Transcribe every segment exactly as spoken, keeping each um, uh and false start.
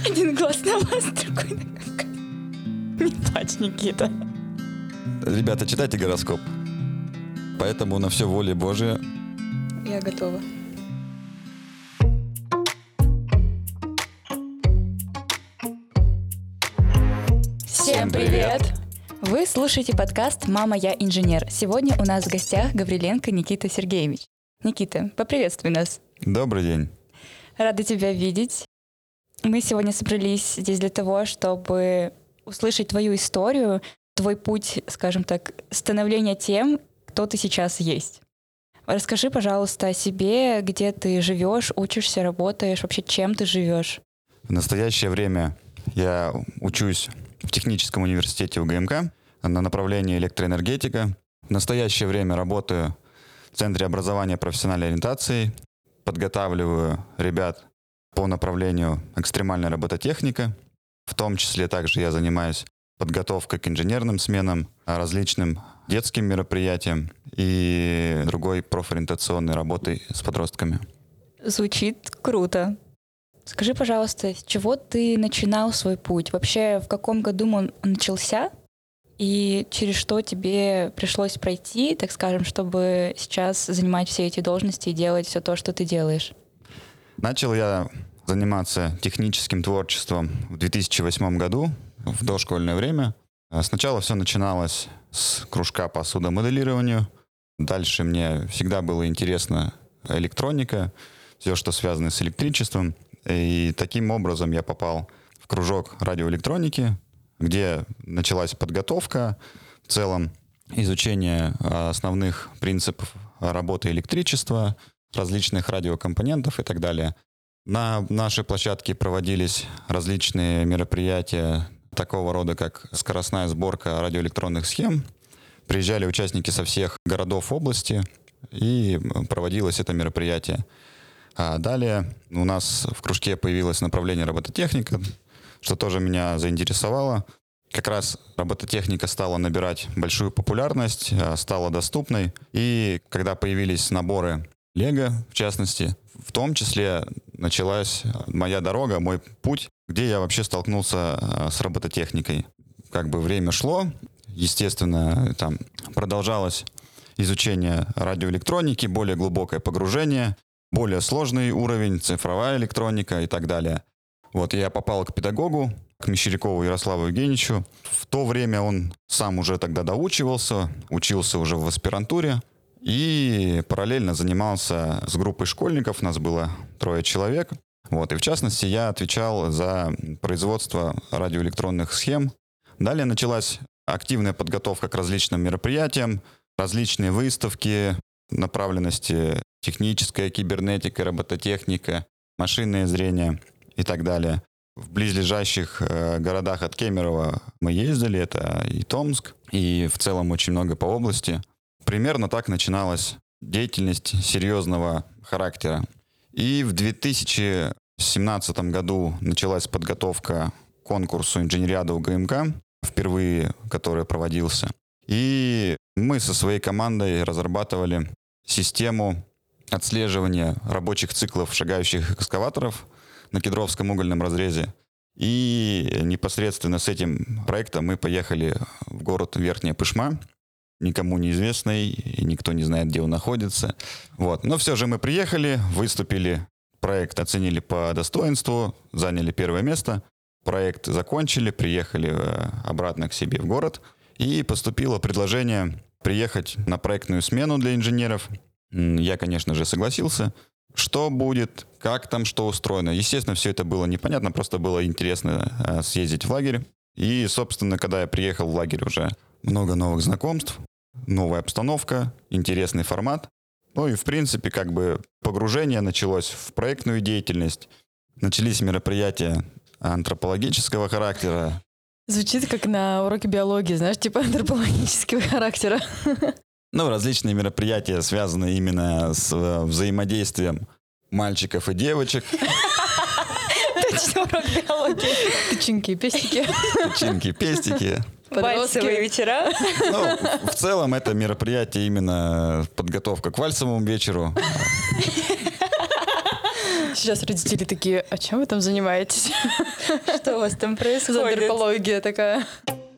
Один глаз на вас, другой на как. Не плачь, Никита. Ребята, читайте гороскоп. Поэтому на все воля Божия. Я готова. Всем привет! Вы слушаете подкаст «Мама, я инженер». Сегодня у нас в гостях Гавриленко Никита Сергеевич. Никита, поприветствуй нас. Добрый день. Рада тебя видеть. Мы сегодня собрались здесь для того, чтобы услышать твою историю, твой путь, скажем так, становления тем, кто ты сейчас есть. Расскажи, пожалуйста, о себе, где ты живешь, учишься, работаешь, вообще чем ты живешь. В настоящее время я учусь в техническом университете УГМК на направлении электроэнергетика. В настоящее время работаю в Центре образования профессиональной ориентации, подготавливаю ребят по направлению экстремальная робототехника. В том числе также я занимаюсь подготовкой к инженерным сменам, различным детским мероприятиям и другой профориентационной работой с подростками. Звучит круто. Скажи, пожалуйста, с чего ты начинал свой путь? Вообще, в каком году он начался? И через что тебе пришлось пройти, так скажем, чтобы сейчас занимать все эти должности и делать все то, что ты делаешь? Начал я заниматься техническим творчеством в две тысячи восьмом году, в дошкольное время. Сначала все начиналось с кружка по судомоделированию. Дальше мне всегда было интересно электроника, все, что связано с электричеством. И таким образом я попал в кружок радиоэлектроники, где началась подготовка, в целом изучение основных принципов работы электричества, различных радиокомпонентов и так далее. На нашей площадке проводились различные мероприятия такого рода, как скоростная сборка радиоэлектронных схем. Приезжали участники со всех городов области, и проводилось это мероприятие. А далее у нас в кружке появилось направление робототехника, что тоже меня заинтересовало. Как раз робототехника стала набирать большую популярность, стала доступной. И когда появились наборы Лего, в частности, в том числе началась моя дорога, мой путь, где я вообще столкнулся с робототехникой. Как бы время шло, естественно, там продолжалось изучение радиоэлектроники, более глубокое погружение, более сложный уровень, цифровая электроника и так далее. Вот я попал к педагогу, к Мещерякову Ярославу Евгеньевичу. В то время он сам уже тогда доучивался, учился уже в аспирантуре и параллельно занимался с группой школьников. У нас было трое человек. Вот, и в частности я отвечал за производство радиоэлектронных схем. Далее началась активная подготовка к различным мероприятиям, различные выставки, направленности техническая, кибернетика, робототехника, машинное зрение и так далее. В близлежащих э, городах от Кемерово мы ездили, это и Томск, и в целом очень много по области. Примерно так начиналась деятельность серьезного характера. И в две тысячи семнадцатом году началась подготовка к конкурсу инженериада УГМК, впервые который проводился. И мы со своей командой разрабатывали систему отслеживания рабочих циклов шагающих экскаваторов на Кедровском угольном разрезе. И непосредственно с этим проектом мы поехали в город Верхняя Пышма, никому неизвестный, и никто не знает, где он находится. Вот. Но все же мы приехали, выступили, проект оценили по достоинству, заняли первое место, проект закончили, приехали обратно к себе в город, и поступило предложение приехать на проектную смену для инженеров. Я, конечно же, согласился. Что будет, как там, что устроено. Естественно, все это было непонятно, просто было интересно съездить в лагерь. И, собственно, когда я приехал в лагерь, уже много новых знакомств, новая обстановка, интересный формат. Ну и, в принципе, как бы погружение началось в проектную деятельность. Начались мероприятия антропологического характера. Звучит как на уроке биологии, знаешь, типа антропологического характера. Ну, различные мероприятия, связанные именно с взаимодействием мальчиков и девочек. Точно урок биологии. Тычинки, пестики. Тычинки, пестики. Вальсовые вечера. Ну, в целом это мероприятие именно подготовка к вальсовому вечеру. Сейчас родители такие, а чем вы там занимаетесь? Что у вас там происходит? Антропология такая.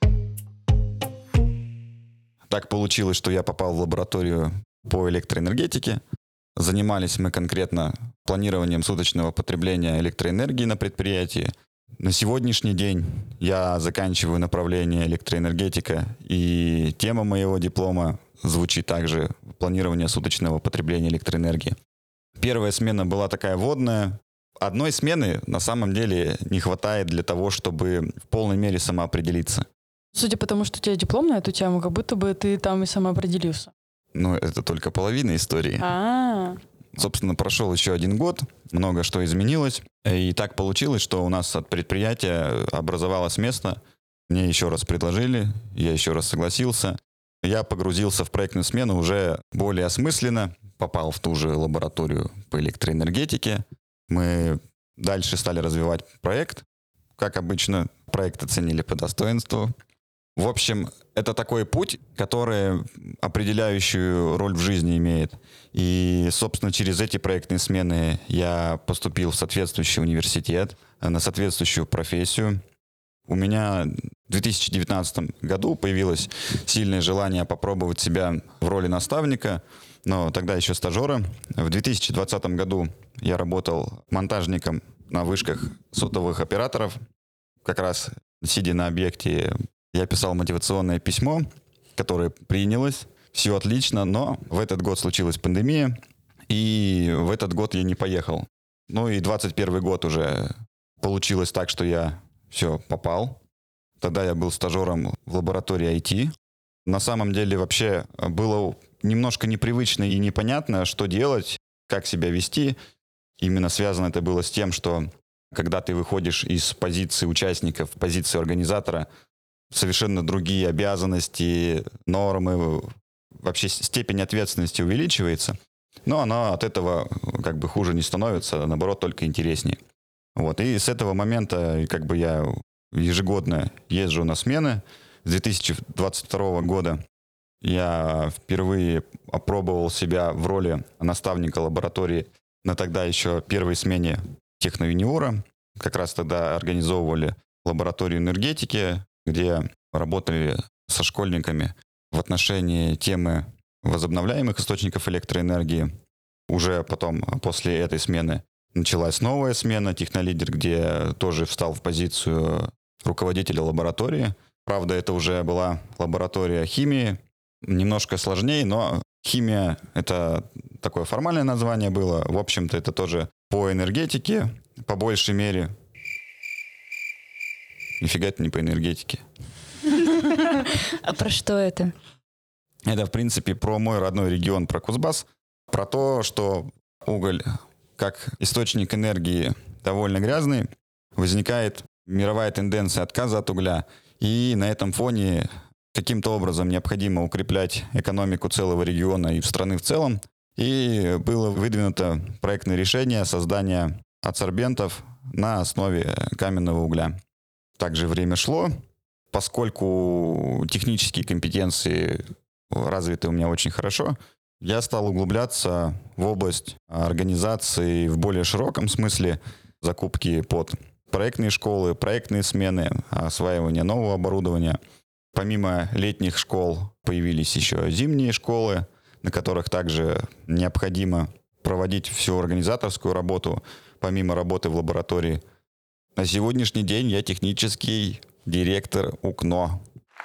Так получилось, что я попал в лабораторию по электроэнергетике. Занимались мы конкретно планированием суточного потребления электроэнергии на предприятии. На сегодняшний день я заканчиваю направление электроэнергетика, и тема моего диплома звучит также «Планирование суточного потребления электроэнергии». Первая смена была такая вводная. Одной смены на самом деле не хватает для того, чтобы в полной мере самоопределиться. Судя по тому, что у тебя диплом на эту тему, как будто бы ты там и самоопределился. Но это только половина истории. А-а-а. Собственно, прошел еще один год, много что изменилось. И так получилось, что у нас от предприятия образовалось место. Мне еще раз предложили, я еще раз согласился. Я погрузился в проектную смену уже более осмысленно, попал в ту же лабораторию по электроэнергетике. Мы дальше стали развивать проект. Как обычно, проект оценили по достоинству. В общем, это такой путь, который определяющую роль в жизни имеет. И, собственно, через эти проектные смены я поступил в соответствующий университет, на соответствующую профессию. У меня в две тысячи девятнадцатом году появилось сильное желание попробовать себя в роли наставника, но тогда еще стажера. В две тысячи двадцатом году я работал монтажником на вышках сотовых операторов. Как раз сидя на объекте, я писал мотивационное письмо, которое принялось. Все отлично, но в этот год случилась пандемия, и в этот год я не поехал. Ну и двадцать первый год уже получилось так, что я все попал. Тогда я был стажером в лаборатории ай ти. На самом деле вообще было немножко непривычно и непонятно, что делать, как себя вести. Именно связано это было с тем, что когда ты выходишь из позиции участника в позицию организатора, совершенно другие обязанности, нормы, вообще степень ответственности увеличивается, но она от этого как бы хуже не становится, а наоборот, только интереснее. Вот. И с этого момента как бы я ежегодно езжу на смены. С две тысячи двадцать второго года я впервые опробовал себя в роли наставника лаборатории на тогда еще первой смене техно-юниора. Как раз тогда организовывали лабораторию энергетики, где работали со школьниками в отношении темы возобновляемых источников электроэнергии. Уже потом, после этой смены, началась новая смена технолидер, где тоже встал в позицию руководителя лаборатории. Правда, это уже была лаборатория химии. Немножко сложнее, но химия — это такое формальное название было. В общем-то, это тоже по энергетике, по большей мере. Нифига это не по энергетике. А про что это? Это, в принципе, про мой родной регион, про Кузбасс. Про то, что уголь, как источник энергии, довольно грязный. Возникает мировая тенденция отказа от угля. И на этом фоне каким-то образом необходимо укреплять экономику целого региона и страны в целом. И было выдвинуто проектное решение создания адсорбентов на основе каменного угля. Также время шло, поскольку технические компетенции развиты у меня очень хорошо, я стал углубляться в область организации в более широком смысле, закупки под проектные школы, проектные смены, осваивание нового оборудования. Помимо летних школ появились еще зимние школы, на которых также необходимо проводить всю организаторскую работу, помимо работы в лаборатории. На сегодняшний день я технический директор УКНО.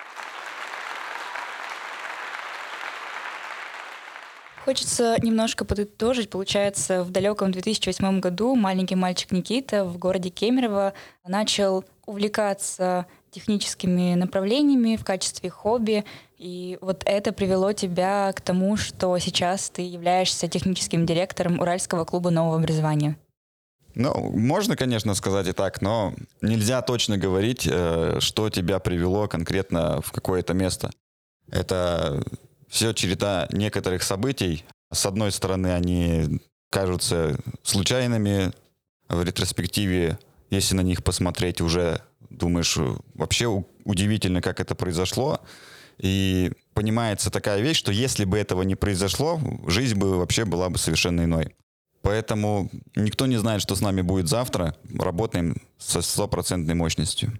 Хочется немножко подытожить. Получается, в далеком две тысячи восьмом году маленький мальчик Никита в городе Кемерово начал увлекаться техническими направлениями в качестве хобби. И вот это привело тебя к тому, что сейчас ты являешься техническим директором Уральского клуба нового образования. Ну, можно, конечно, сказать и так, но нельзя точно говорить, что тебя привело конкретно в какое-то место. Это все череда некоторых событий. С одной стороны, они кажутся случайными. В ретроспективе, если на них посмотреть, уже думаешь, вообще удивительно, как это произошло. И понимается такая вещь, что если бы этого не произошло, жизнь бы вообще была бы совершенно иной. Поэтому никто не знает, что с нами будет завтра. Работаем со стопроцентной мощностью.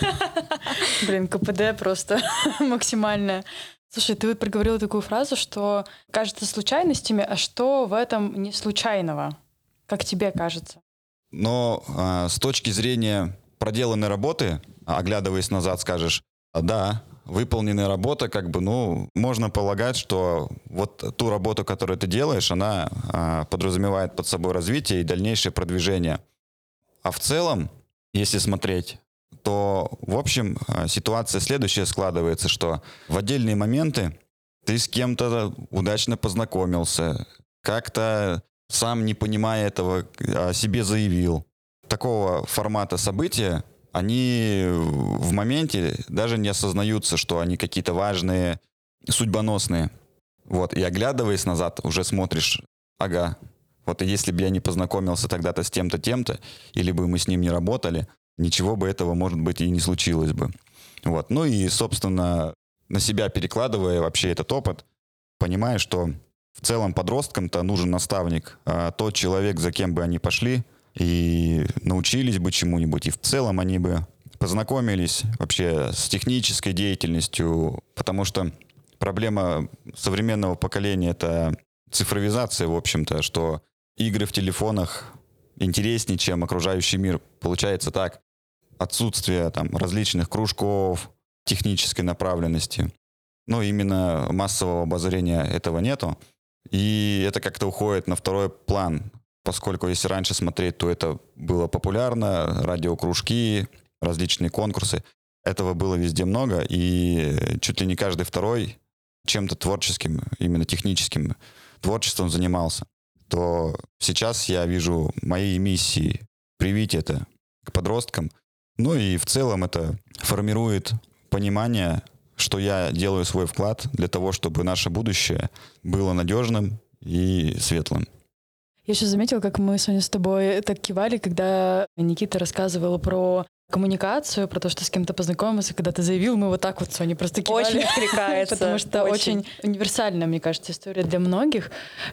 Блин, КПД просто максимальное. Слушай, ты вот проговорила такую фразу, что кажется случайностями, а что в этом не случайного? Как тебе кажется? Но а, с точки зрения проделанной работы, оглядываясь назад, скажешь, да, выполненная работа, как бы, ну, можно полагать, что вот ту работу, которую ты делаешь, она а, подразумевает под собой развитие и дальнейшее продвижение. А в целом, если смотреть, то, в общем, ситуация следующая складывается, что в отдельные моменты ты с кем-то удачно познакомился, как-то сам, не понимая этого, о себе заявил. Такого формата события, они в моменте даже не осознаются, что они какие-то важные, судьбоносные. Вот, и оглядываясь назад, уже смотришь, ага, вот если бы я не познакомился тогда-то с тем-то, тем-то, или бы мы с ним не работали, ничего бы этого, может быть, и не случилось бы. Вот. Ну и, собственно, на себя перекладывая вообще этот опыт, понимая, что в целом подросткам-то нужен наставник, а тот человек, за кем бы они пошли и научились бы чему-нибудь, и в целом они бы познакомились вообще с технической деятельностью, потому что проблема современного поколения — это цифровизация, в общем-то, что игры в телефонах интереснее, чем окружающий мир. Получается так. Отсутствие там различных кружков, технической направленности. Но именно массового обозрения этого нету. И это как-то уходит на второй план. Поскольку если раньше смотреть, то это было популярно, радиокружки, различные конкурсы. Этого было везде много, и чуть ли не каждый второй чем-то творческим, именно техническим творчеством занимался. То сейчас я вижу моей миссией привить это к подросткам. Ну и в целом это формирует понимание, что я делаю свой вклад для того, чтобы наше будущее было надежным и светлым. Я еще заметила, как мы сегодня с тобой так кивали, когда Никита рассказывал про коммуникацию, про то, что с кем-то познакомился, когда ты заявил, мы вот так вот, Соня, просто кивали. Очень откликается. Потому что очень. очень универсальная, мне кажется, история для многих.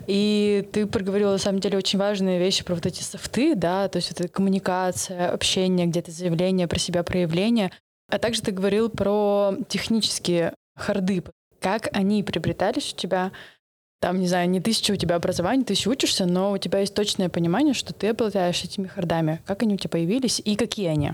И ты проговорила, на самом деле, очень важные вещи про вот эти софты, да, то есть это коммуникация, общение, где-то заявление про себя, проявление. А также ты говорил про технические харды. Как они приобретались у тебя? Там, не знаю, не тысяча у тебя образований, ты еще учишься, но у тебя есть точное понимание, что ты обладаешь этими хардами. Как они у тебя появились и какие они?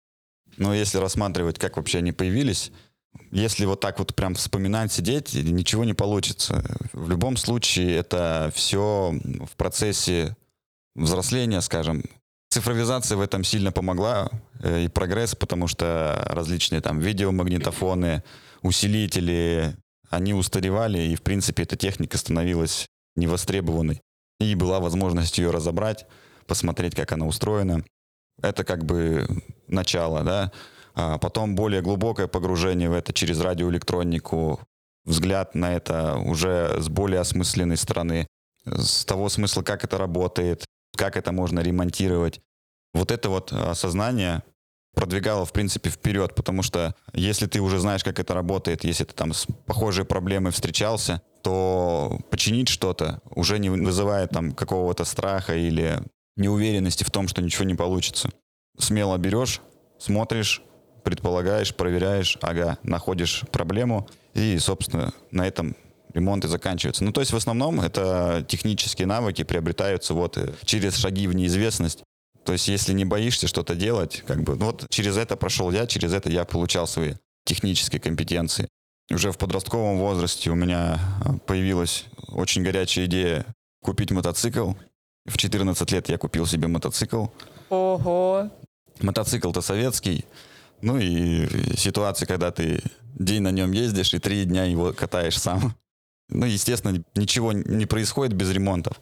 Но если рассматривать, как вообще они появились, если вот так вот прям вспоминать, сидеть, ничего не получится. В любом случае это все в процессе взросления, скажем. Цифровизация в этом сильно помогла, и прогресс, потому что различные там видеомагнитофоны, усилители, они устаревали, и в принципе эта техника становилась невостребованной. И была возможность ее разобрать, посмотреть, как она устроена. Это как бы начало, да. А потом более глубокое погружение в это через радиоэлектронику, взгляд на это уже с более осмысленной стороны, с того смысла, как это работает, как это можно ремонтировать. Вот это вот осознание продвигало, в принципе, вперед, потому что если ты уже знаешь, как это работает, если ты там с похожей проблемой встречался, то починить что-то уже не вызывает там какого-то страха или неуверенности в том, что ничего не получится. Смело берешь, смотришь, предполагаешь, проверяешь, ага, находишь проблему, и, собственно, на этом ремонт и заканчивается. Ну, то есть в основном это технические навыки приобретаются вот через шаги в неизвестность. То есть если не боишься что-то делать, как бы, ну, вот через это прошел я, через это я получал свои технические компетенции. Уже в подростковом возрасте у меня появилась очень горячая идея купить мотоцикл. В четырнадцать лет я купил себе мотоцикл. Ого! Мотоцикл-то советский. Ну и ситуация, когда ты день на нем ездишь и три дня его катаешь сам. Ну, естественно, ничего не происходит без ремонтов.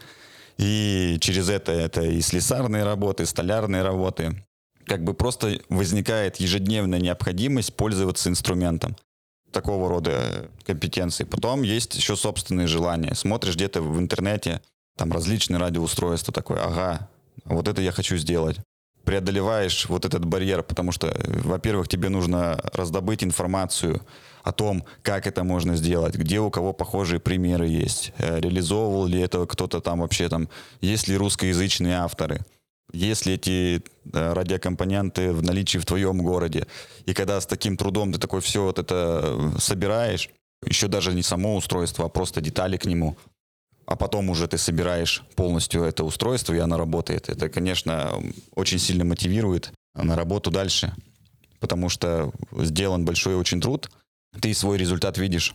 И через это это и слесарные работы, и столярные работы. Как бы просто возникает ежедневная необходимость пользоваться инструментом. Такого рода компетенции. Потом есть еще собственные желания. Смотришь где-то в интернете, там различные радиоустройства, такое, ага, вот это я хочу сделать. преодолеваешь вот этот барьер, потому что, во-первых, тебе нужно раздобыть информацию о том, как это можно сделать, где у кого похожие примеры есть, реализовывал ли это кто-то там вообще, там, есть ли русскоязычные авторы, есть ли эти радиокомпоненты в наличии в твоем городе. И когда с таким трудом ты такой все вот это собираешь, еще даже не само устройство, а просто детали к нему, а потом уже ты собираешь полностью это устройство, и оно работает. Это, конечно, очень сильно мотивирует на работу дальше, потому что сделан большой очень труд, ты свой результат видишь.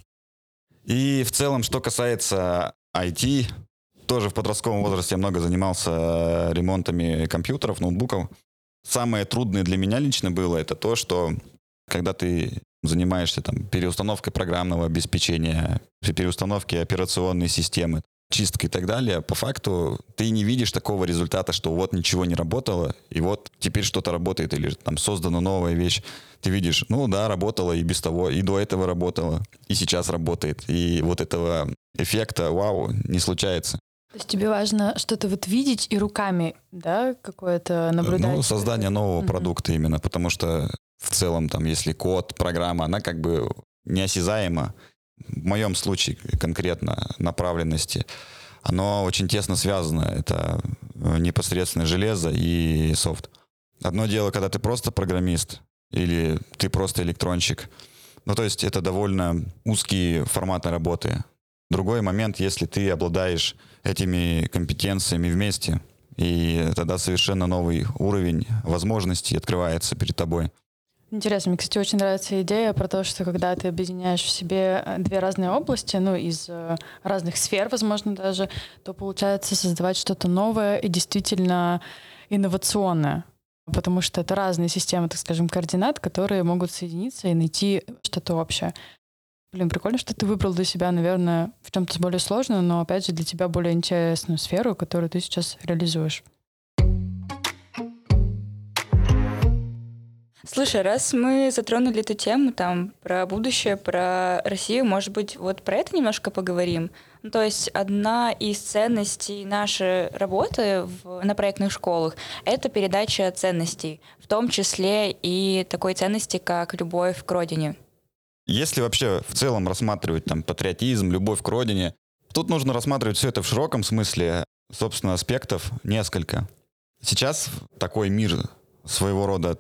И в целом, что касается ай ти, тоже в подростковом возрасте я много занимался ремонтами компьютеров, ноутбуков. Самое трудное для меня лично было это то, что когда ты занимаешься там переустановкой программного обеспечения, переустановкой операционной системы, чисткой и так далее, по факту ты не видишь такого результата, что вот ничего не работало, и вот теперь что-то работает, или там создана новая вещь. Ты видишь, ну да, работало и без того, и до этого работало, и сейчас работает. И вот этого эффекта вау не случается. То есть тебе важно что-то вот видеть и руками, да, какое-то наблюдать? Ну, создание нового mm-hmm. продукта именно, потому что в целом там, если код, программа, она как бы неосязаема. В моем случае конкретно направленности, оно очень тесно связано. Это непосредственно железо и софт. Одно дело, когда ты просто программист или ты просто электронщик. Ну, то есть это довольно узкие форматы работы. Другой момент, если ты обладаешь этими компетенциями вместе, и тогда совершенно новый уровень возможностей открывается перед тобой. Интересно, мне, кстати, очень нравится идея про то, что когда ты объединяешь в себе две разные области, ну, из разных сфер, возможно, даже, то получается создавать что-то новое и действительно инновационное. Потому что это разные системы, так скажем, координат, которые могут соединиться и найти что-то общее. Блин, прикольно, что ты выбрал для себя, наверное, в чем-то более сложную, но, опять же, для тебя более интересную сферу, которую ты сейчас реализуешь. Слушай, раз мы затронули эту тему, там, про будущее, про Россию, может быть, вот про это немножко поговорим? Ну, то есть одна из ценностей нашей работы в, на проектных школах — это передача ценностей, в том числе и такой ценности, как любовь к родине. Если вообще в целом рассматривать там патриотизм, любовь к родине, тут нужно рассматривать все это в широком смысле, собственно, аспектов несколько. Сейчас такой мир своего рода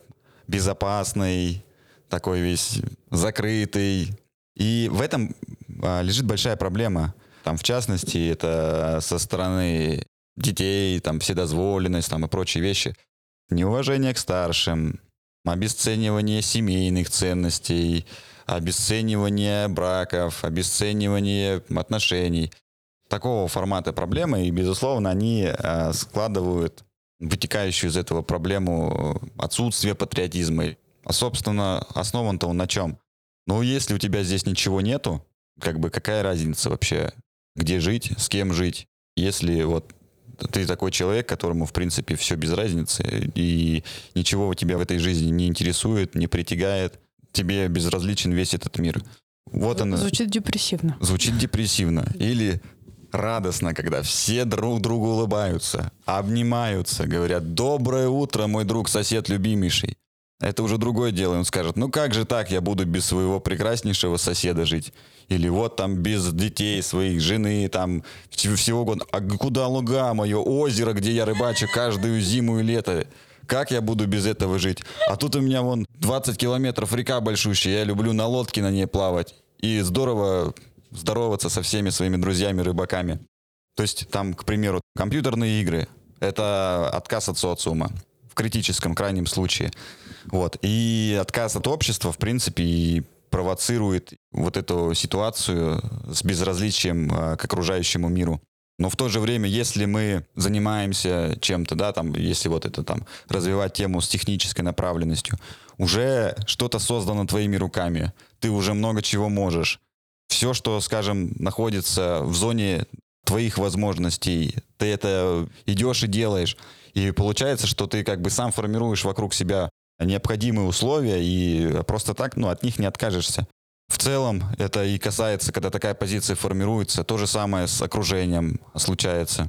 безопасный, такой весь закрытый. И в этом а, лежит большая проблема. Там, в частности, это со стороны детей, там, вседозволенность там, и прочие вещи. Неуважение к старшим, обесценивание семейных ценностей, обесценивание браков, обесценивание отношений. Такого формата проблемы, и, безусловно, они а, складывают вытекающую из этого проблему отсутствие патриотизма. А, собственно, основан-то он на чем? Ну, если у тебя здесь ничего нету, как бы какая разница вообще, где жить, с кем жить, если вот ты такой человек, которому, в принципе, все без разницы, и ничего тебя в этой жизни не интересует, не притягает, тебе безразличен весь этот мир. Вот он. Звучит депрессивно. Звучит депрессивно. Или радостно, когда все друг другу улыбаются, обнимаются, говорят: «Доброе утро, мой друг, сосед любимейший». Это уже другое дело. Он скажет: «Ну как же так, я буду без своего прекраснейшего соседа жить?» Или вот там без детей своих, жены, там всего года. «А куда луга, мое озеро, где я рыбачу каждую зиму и лето? Как я буду без этого жить? А тут у меня вон двадцать километров река большущая, я люблю на лодке на ней плавать. И здорово здороваться со всеми своими друзьями-рыбаками». То есть там, к примеру, компьютерные игры — это отказ от социума в критическом, крайнем случае. Вот. И отказ от общества, в принципе, и провоцирует вот эту ситуацию с безразличием к окружающему миру. Но в то же время, если мы занимаемся чем-то, да, там, если вот это там развивать тему с технической направленностью, уже что-то создано твоими руками, ты уже много чего можешь. Все, что, скажем, находится в зоне твоих возможностей, ты это идешь и делаешь. И получается, что ты как бы сам формируешь вокруг себя необходимые условия, и просто так, ну, от них не откажешься. В целом, это и касается, когда такая позиция формируется, то же самое с окружением случается.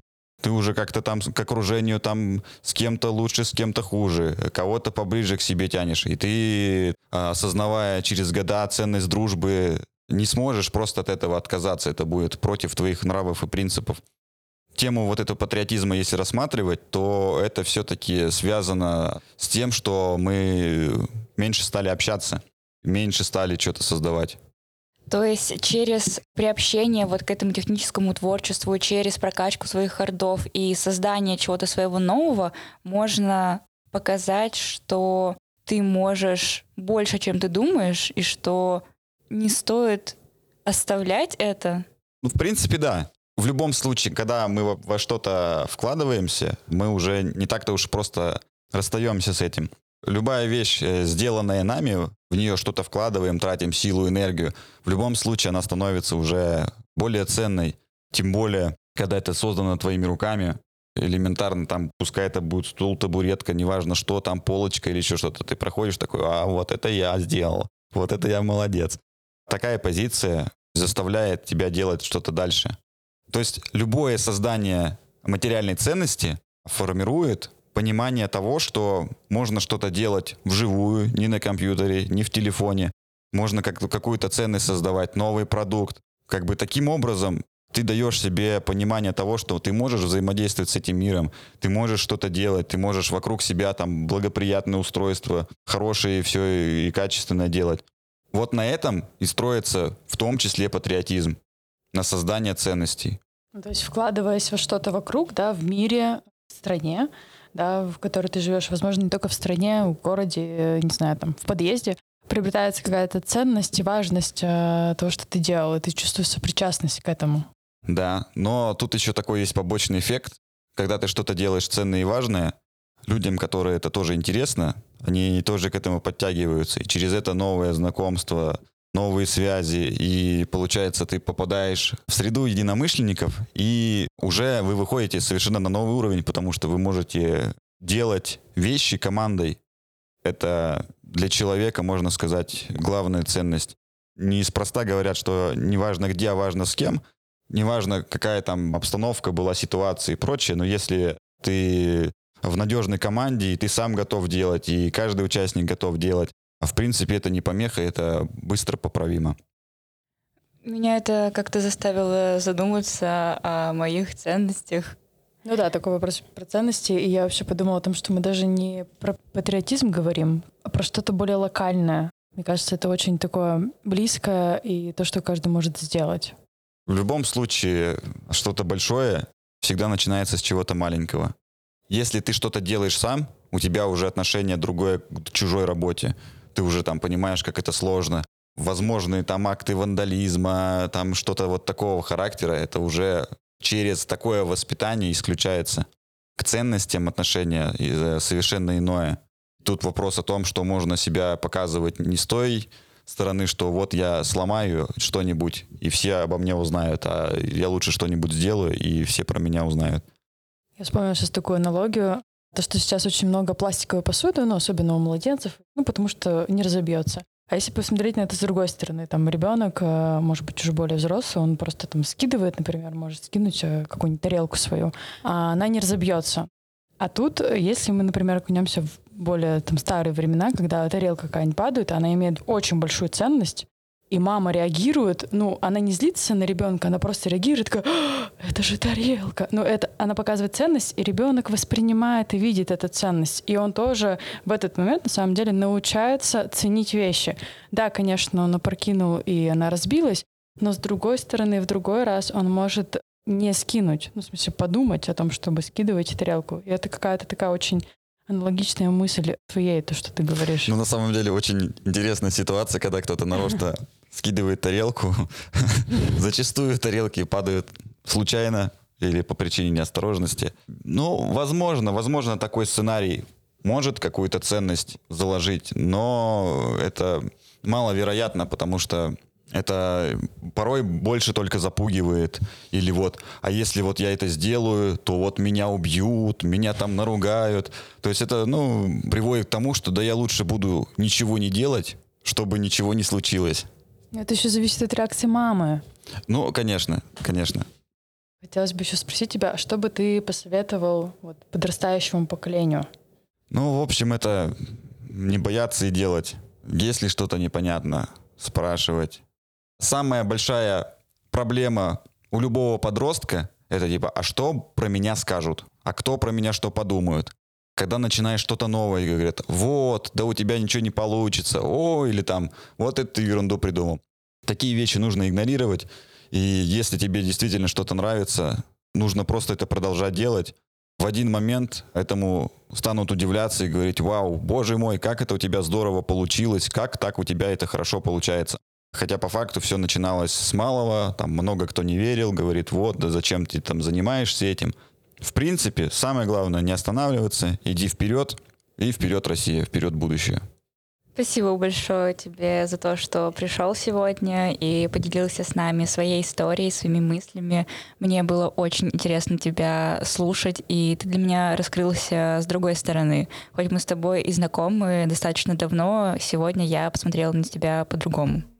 Ты уже как-то там к окружению там с кем-то лучше, с кем-то хуже, кого-то поближе к себе тянешь. И ты, осознавая через года ценность дружбы, не сможешь просто от этого отказаться. Это будет против твоих нравов и принципов. Тему вот этого патриотизма, если рассматривать, то это все-таки связано с тем, что мы меньше стали общаться, меньше стали что-то создавать. То есть через приобщение вот к этому техническому творчеству, через прокачку своих хардов и создание чего-то своего нового можно показать, что ты можешь больше, чем ты думаешь, и что не стоит оставлять это. Ну, в принципе, да. В любом случае, когда мы во, во что-то вкладываемся, мы уже не так-то уж просто расстаемся с этим. Любая вещь, сделанная нами, в нее что-то вкладываем, тратим силу, энергию, в любом случае она становится уже более ценной. Тем более, когда это создано твоими руками, элементарно, там, пускай это будет стул, табуретка, неважно что, там полочка или еще что-то, ты проходишь такой, а вот это я сделал, вот это я молодец. Такая позиция заставляет тебя делать что-то дальше. То есть любое создание материальной ценности формирует понимание того, что можно что-то делать вживую, не на компьютере, не в телефоне. Можно как- какую-то ценность создавать, новый продукт. Как бы таким образом ты даешь себе понимание того, что ты можешь взаимодействовать с этим миром, ты можешь что-то делать, ты можешь вокруг себя там благоприятные устройства, хорошие все и качественное делать. Вот на этом и строится в том числе патриотизм, на создание ценностей. То есть вкладываясь во что-то вокруг, да, в мире, в стране, да, в которой ты живешь, возможно, не только в стране, в городе, не знаю, там, в подъезде, приобретается какая-то ценность и важность э, того, что ты делал, и ты чувствуешь сопричастность к этому. Да, но тут еще такой есть побочный эффект. Когда ты что-то делаешь ценное и важное, людям, которые это тоже интересно, они тоже к этому подтягиваются. И через это новое знакомство, новые связи, и получается, ты попадаешь в среду единомышленников, и уже вы выходите совершенно на новый уровень, потому что вы можете делать вещи командой. Это для человека, можно сказать, главная ценность. Неспроста говорят, что неважно где, а важно с кем, неважно какая там обстановка была, ситуация и прочее, но если ты в надежной команде, и ты сам готов делать, и каждый участник готов делать, а в принципе это не помеха, это быстро поправимо. Меня это как-то заставило задуматься о моих ценностях. Ну да, такой вопрос про ценности. И я вообще подумала о том, что мы даже не про патриотизм говорим, а про что-то более локальное. Мне кажется, это очень такое близкое и то, что каждый может сделать. В любом случае, что-то большое всегда начинается с чего-то маленького. Если ты что-то делаешь сам, у тебя уже отношение другое к чужой работе. Ты уже там понимаешь, как это сложно. Возможные там акты вандализма, там что-то вот такого характера, это уже через такое воспитание исключается. К ценностям отношения совершенно иное. Тут вопрос о том, что можно себя показывать не с той стороны, что вот я сломаю что-нибудь, и все обо мне узнают, а я лучше что-нибудь сделаю, и все про меня узнают. Я вспомнила сейчас такую аналогию. То, что сейчас очень много пластиковой посуды, ну, особенно у младенцев, ну, потому что не разобьется. А если посмотреть на это с другой стороны, там ребенок, может быть, уже более взрослый, он просто там скидывает, например, может скинуть какую-нибудь тарелку свою, а она не разобьется. А тут, если мы, например, окунемся в более там старые времена, когда тарелка какая-нибудь падает, она имеет очень большую ценность, и мама реагирует, ну, она не злится на ребенка, она просто реагирует, такая, это же тарелка. Ну, это, она показывает ценность, и ребенок воспринимает и видит эту ценность. И он тоже в этот момент, на самом деле, научается ценить вещи. Да, конечно, он опрокинул, и она разбилась, но с другой стороны, в другой раз он может не скинуть, ну, в смысле, подумать о том, чтобы скидывать тарелку. И это какая-то такая очень аналогичная мысль твоей, то, что ты говоришь. Ну, на самом деле, очень интересная ситуация, когда кто-то нарочно скидывает тарелку. Зачастую тарелки падают случайно или по причине неосторожности. Ну, возможно, возможно, такой сценарий может какую-то ценность заложить, но это маловероятно, потому что это порой больше только запугивает. Или вот, а если вот я это сделаю, то вот меня убьют, меня там наругают. То есть это, ну, приводит к тому, что да я лучше буду ничего не делать, чтобы ничего не случилось. Это еще зависит от реакции мамы. Ну, конечно, конечно. Хотелось бы еще спросить тебя, а что бы ты посоветовал вот, подрастающему поколению? Ну, в общем, это не бояться и делать. Если что-то непонятно, спрашивать. Самая большая проблема у любого подростка — это типа, а что про меня скажут? А кто про меня что подумают? Когда начинаешь что-то новое, и говорят, вот, да у тебя ничего не получится, о, или там, вот это ты ерунду придумал. Такие вещи нужно игнорировать, и если тебе действительно что-то нравится, нужно просто это продолжать делать. В один момент этому станут удивляться и говорить, вау, боже мой, как это у тебя здорово получилось, как так у тебя это хорошо получается. Хотя по факту все начиналось с малого, там много кто не верил, говорит, вот, да зачем ты там занимаешься этим. В принципе, самое главное не останавливаться, иди вперед, и вперед, Россия, вперед, будущее. Спасибо большое тебе за то, что пришел сегодня и поделился с нами своей историей, своими мыслями. Мне было очень интересно тебя слушать, и ты для меня раскрылся с другой стороны. Хоть мы с тобой и знакомы достаточно давно, сегодня я посмотрела на тебя по-другому.